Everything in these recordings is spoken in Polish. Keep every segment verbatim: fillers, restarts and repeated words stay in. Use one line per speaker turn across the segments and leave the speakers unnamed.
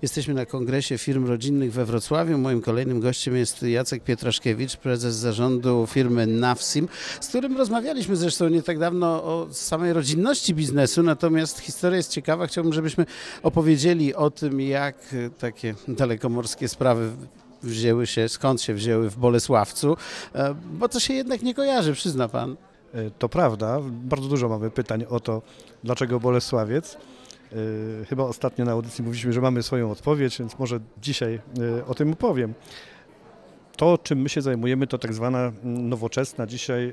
Jesteśmy na Kongresie Firm Rodzinnych we Wrocławiu. Moim kolejnym gościem jest Jacek Pietraszkiewicz, prezes zarządu firmy Navsim, z którym rozmawialiśmy zresztą nie tak dawno o samej rodzinności biznesu, natomiast historia jest ciekawa. Chciałbym, żebyśmy opowiedzieli o tym, jak takie dalekomorskie sprawy wzięły się, skąd się wzięły w Bolesławcu, bo to się jednak nie kojarzy, przyzna pan.
To prawda, bardzo dużo mamy pytań o to, dlaczego Bolesławiec. Chyba ostatnio na audycji mówiliśmy, że mamy swoją odpowiedź, więc może dzisiaj o tym opowiem. To, czym my się zajmujemy, to tak zwana nowoczesna dzisiaj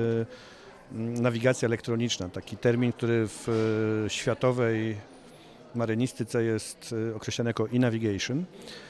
nawigacja elektroniczna. Taki termin, który w światowej marynistyce jest określany jako e-navigation.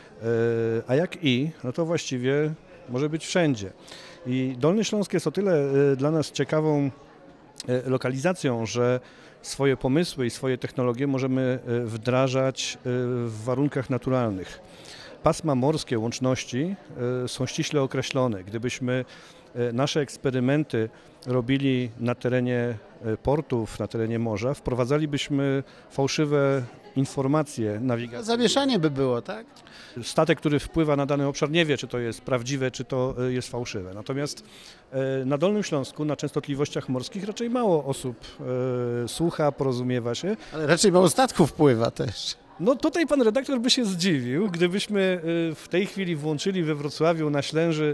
A jak i, no to właściwie może być wszędzie. I Dolny Śląsk jest o tyle dla nas ciekawą lokalizacją, że swoje pomysły i swoje technologie możemy wdrażać w warunkach naturalnych. Pasma morskie łączności są ściśle określone. Gdybyśmy nasze eksperymenty robili na terenie portów, na terenie morza, wprowadzalibyśmy fałszywe informacje nawigacyjne.
Zamieszanie by było, tak?
Statek, który wpływa na dany obszar, nie wie, czy to jest prawdziwe, czy to jest fałszywe. Natomiast na Dolnym Śląsku, na częstotliwościach morskich raczej mało osób e, słucha, porozumiewa się.
Ale raczej mało statków wpływa też.
No tutaj pan redaktor by się zdziwił, gdybyśmy w tej chwili włączyli we Wrocławiu na Ślęży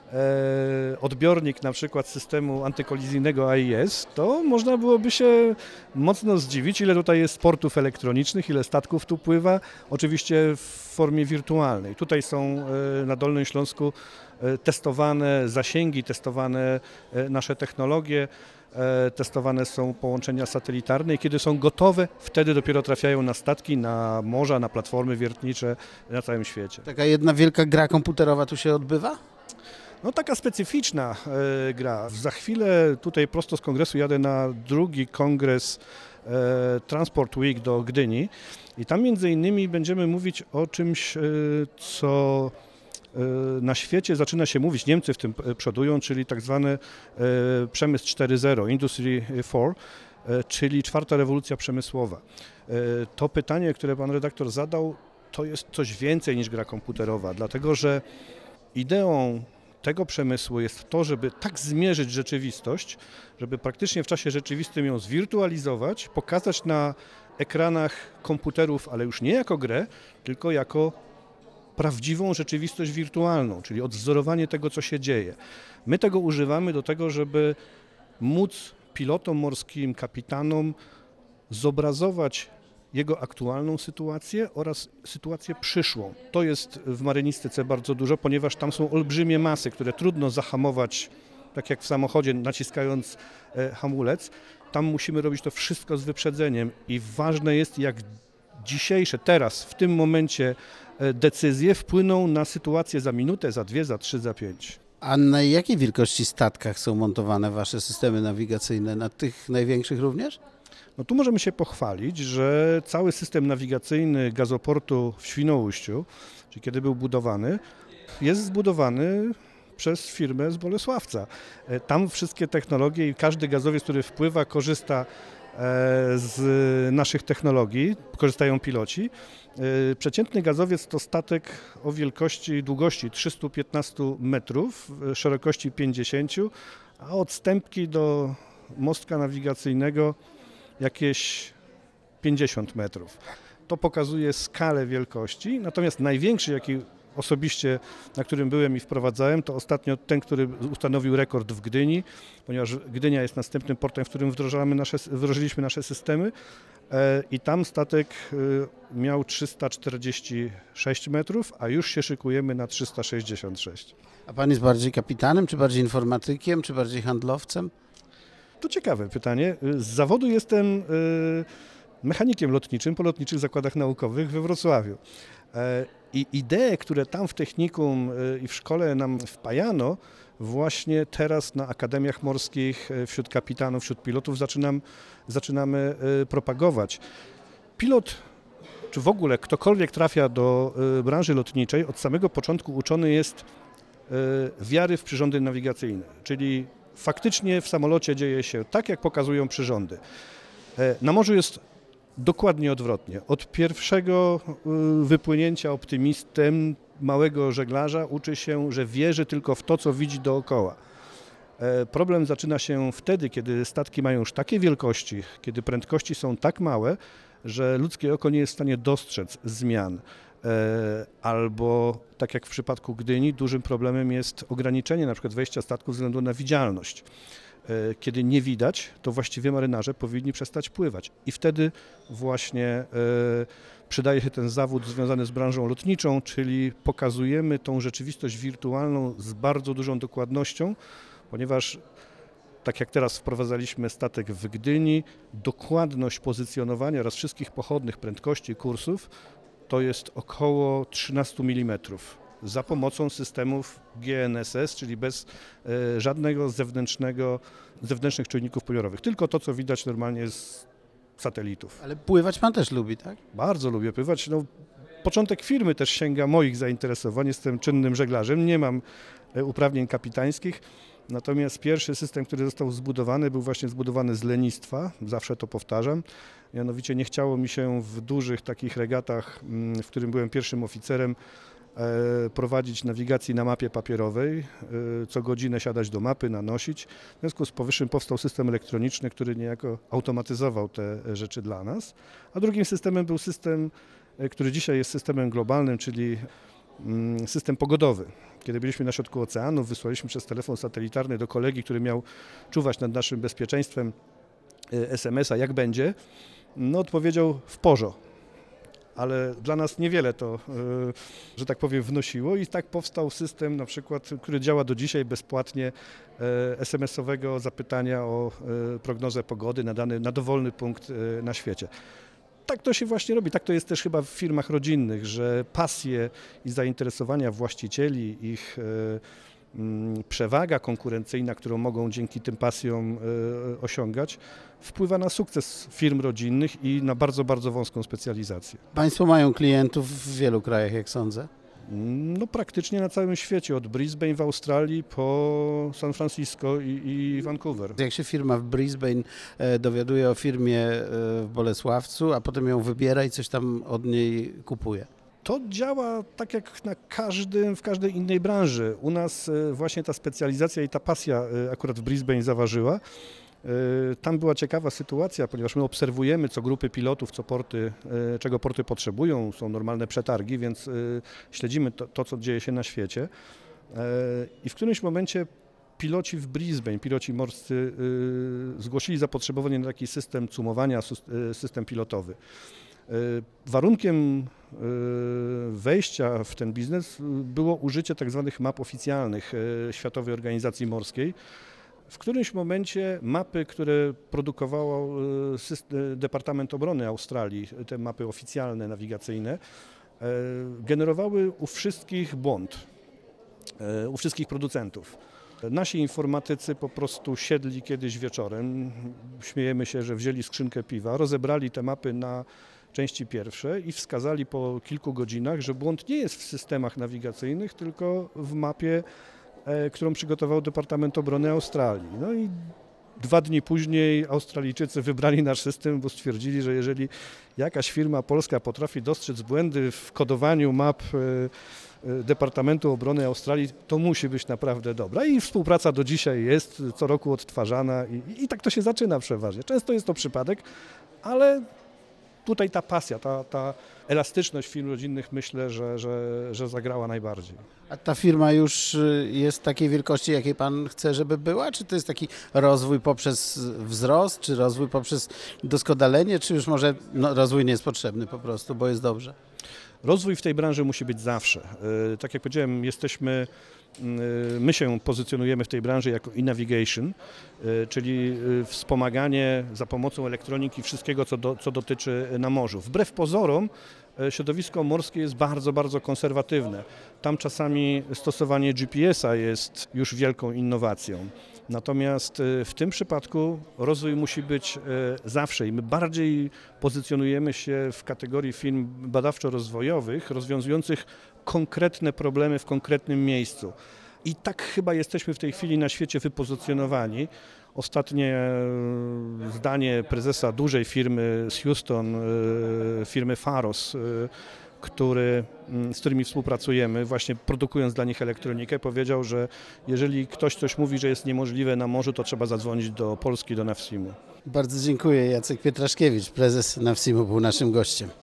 e, odbiornik na przykład systemu antykolizyjnego A I S, to można byłoby się mocno zdziwić, ile tutaj jest portów elektronicznych, ile statków tu pływa, oczywiście w formie wirtualnej. Tutaj są e, na Dolnym Śląsku e, testowane zasięgi, testowane e, nasze technologie, e, testowane są połączenia satelitarne i kiedy są gotowe, wtedy dopiero trafiają na statki, na morza, na platformy wiertnicze na całym świecie.
Taka jedna wielka gra komputerowa tu się odbywa?
No taka specyficzna e, gra. Za chwilę tutaj prosto z kongresu jadę na drugi kongres e, Transport Week do Gdyni i tam między innymi będziemy mówić o czymś, e, co e, na świecie zaczyna się mówić, Niemcy w tym przodują, czyli tak zwany e, przemysł cztery zero, Industry cztery, e, czyli czwarta rewolucja przemysłowa. E, to pytanie, które pan redaktor zadał, to jest coś więcej niż gra komputerowa, dlatego że ideą tego przemysłu jest to, żeby tak zmierzyć rzeczywistość, żeby praktycznie w czasie rzeczywistym ją zwirtualizować, pokazać na ekranach komputerów, ale już nie jako grę, tylko jako prawdziwą rzeczywistość wirtualną, czyli odwzorowanie tego, co się dzieje. My tego używamy do tego, żeby móc pilotom morskim, kapitanom zobrazować jego aktualną sytuację oraz sytuację przyszłą. To jest w marynistyce bardzo dużo, ponieważ tam są olbrzymie masy, które trudno zahamować, tak jak w samochodzie, naciskając hamulec. Tam musimy robić to wszystko z wyprzedzeniem i ważne jest, jak dzisiejsze, teraz, w tym momencie decyzje wpłyną na sytuację za minutę, za dwie, za trzy, za pięć.
A na jakiej wielkości statkach są montowane wasze systemy nawigacyjne? Na tych największych również?
No tu możemy się pochwalić, że cały system nawigacyjny gazoportu w Świnoujściu, czyli kiedy był budowany, jest zbudowany przez firmę z Bolesławca. Tam wszystkie technologie i każdy gazowiec, który wpływa, korzysta z naszych technologii, korzystają piloci. Przeciętny gazowiec to statek o wielkości, długości trzysta piętnaście metrów, szerokości pięćdziesiąt, a od stępki do mostka nawigacyjnego jakieś pięćdziesiąt metrów. To pokazuje skalę wielkości, natomiast największy, jaki osobiście, na którym byłem i wprowadzałem, to ostatnio ten, który ustanowił rekord w Gdyni, ponieważ Gdynia jest następnym portem, w którym wdrożamy nasze, wdrożyliśmy nasze systemy i tam statek miał trzysta czterdzieści sześć metrów, a już się szykujemy na trzysta sześćdziesiąt sześć.
A pan jest bardziej kapitanem, czy bardziej informatykiem, czy bardziej handlowcem?
To ciekawe pytanie. Z zawodu jestem mechanikiem lotniczym po Lotniczych Zakładach Naukowych we Wrocławiu. I idee, które tam w technikum i w szkole nam wpajano, właśnie teraz na akademiach morskich, wśród kapitanów, wśród pilotów zaczynam, zaczynamy propagować. Pilot, czy w ogóle ktokolwiek trafia do branży lotniczej, od samego początku uczony jest wiary w przyrządy nawigacyjne, czyli faktycznie w samolocie dzieje się tak, jak pokazują przyrządy. Na morzu jest Dokładnie odwrotnie. Od pierwszego wypłynięcia optymistem małego żeglarza uczy się, że wierzy tylko w to, co widzi dookoła. Problem zaczyna się wtedy, kiedy statki mają już takie wielkości, kiedy prędkości są tak małe, że ludzkie oko nie jest w stanie dostrzec zmian. Albo, tak jak w przypadku Gdyni, dużym problemem jest ograniczenie na przykład wejścia statku ze względu na widzialność. Kiedy nie widać, to właściwie marynarze powinni przestać pływać. I wtedy właśnie przydaje się ten zawód związany z branżą lotniczą, czyli pokazujemy tą rzeczywistość wirtualną z bardzo dużą dokładnością, ponieważ tak jak teraz wprowadzaliśmy statek w Gdyni, dokładność pozycjonowania oraz wszystkich pochodnych prędkości kursów to jest około trzynaście milimetrów za pomocą systemów G N S S, czyli bez e, żadnego zewnętrznego, zewnętrznych czujników pomiarowych. Tylko to, co widać normalnie z satelitów.
Ale pływać pan też lubi, tak?
Bardzo lubię pływać. No, początek firmy też sięga moich zainteresowań. Jestem czynnym żeglarzem, nie mam e, uprawnień kapitańskich. Natomiast pierwszy system, który został zbudowany, był właśnie zbudowany z lenistwa, zawsze to powtarzam. Mianowicie nie chciało mi się w dużych takich regatach, w którym byłem pierwszym oficerem, prowadzić nawigacji na mapie papierowej, co godzinę siadać do mapy, nanosić. W związku z powyższym powstał system elektroniczny, który niejako automatyzował te rzeczy dla nas. A drugim systemem był system, który dzisiaj jest systemem globalnym, czyli system pogodowy. Kiedy byliśmy na środku oceanu, wysłaliśmy przez telefon satelitarny do kolegi, który miał czuwać nad naszym bezpieczeństwem, es em es a, jak będzie, no odpowiedział w porzo. Ale dla nas niewiele to, że tak powiem, wnosiło i tak powstał system, na przykład, który działa do dzisiaj bezpłatnie, es em esowego zapytania o prognozę pogody na dany, na dowolny punkt na świecie. Tak to się właśnie robi, tak to jest też chyba w firmach rodzinnych, że pasje i zainteresowania właścicieli, ich przewaga konkurencyjna, którą mogą dzięki tym pasjom osiągać, wpływa na sukces firm rodzinnych i na bardzo, bardzo wąską specjalizację.
Państwo mają klientów w wielu krajach, jak sądzę.
No praktycznie na całym świecie, od Brisbane w Australii po San Francisco i, i Vancouver.
Jak się firma w Brisbane dowiaduje o firmie w Bolesławcu, a potem ją wybiera i coś tam od niej kupuje?
To działa tak jak na każdym, w każdej innej branży. U nas właśnie ta specjalizacja i ta pasja akurat w Brisbane zaważyła. Tam była ciekawa sytuacja, ponieważ my obserwujemy, co grupy pilotów, co porty, czego porty potrzebują, są normalne przetargi, więc śledzimy to, to co dzieje się na świecie. I w którymś momencie piloci w Brisbane, piloci morscy zgłosili zapotrzebowanie na taki system cumowania, system pilotowy. Warunkiem wejścia w ten biznes było użycie tak zwanych map oficjalnych Światowej Organizacji Morskiej. W którymś momencie mapy, które produkował Departament Obrony Australii, te mapy oficjalne, nawigacyjne, generowały u wszystkich błąd, u wszystkich producentów. Nasi informatycy po prostu siedli kiedyś wieczorem, śmiejemy się, że wzięli skrzynkę piwa, rozebrali te mapy na części pierwsze i wskazali po kilku godzinach, że błąd nie jest w systemach nawigacyjnych, tylko w mapie, którą przygotował Departament Obrony Australii. No i dwa dni później Australijczycy wybrali nasz system, bo stwierdzili, że jeżeli jakaś firma polska potrafi dostrzec błędy w kodowaniu map Departamentu Obrony Australii, to musi być naprawdę dobra. I współpraca do dzisiaj jest co roku odtwarzana i, i tak to się zaczyna przeważnie. Często jest to przypadek, ale tutaj ta pasja, ta, ta elastyczność firm rodzinnych, myślę, że, że, że zagrała najbardziej.
A ta firma już jest takiej wielkości, jakiej pan chce, żeby była? Czy to jest taki rozwój poprzez wzrost, czy rozwój poprzez doskonalenie, czy już może no, rozwój nie jest potrzebny po prostu, bo jest dobrze?
Rozwój w tej branży musi być zawsze. Tak jak powiedziałem, jesteśmy, my się pozycjonujemy w tej branży jako e-navigation, czyli wspomaganie za pomocą elektroniki wszystkiego, co, do, co dotyczy na morzu. Wbrew pozorom środowisko morskie jest bardzo, bardzo konserwatywne. Tam czasami stosowanie G P S a jest już wielką innowacją. Natomiast w tym przypadku rozwój musi być zawsze i my bardziej pozycjonujemy się w kategorii firm badawczo-rozwojowych, rozwiązujących konkretne problemy w konkretnym miejscu. I tak chyba jesteśmy w tej chwili na świecie wypozycjonowani. Ostatnie e, zdanie prezesa dużej firmy z Houston, e, firmy Faros, e, który, z którymi współpracujemy, właśnie produkując dla nich elektronikę, powiedział, że jeżeli ktoś coś mówi, że jest niemożliwe na morzu, to trzeba zadzwonić do Polski, do Nafsimu.
Bardzo dziękuję. Jacek Pietraszkiewicz, prezes Nafsimu, był naszym gościem.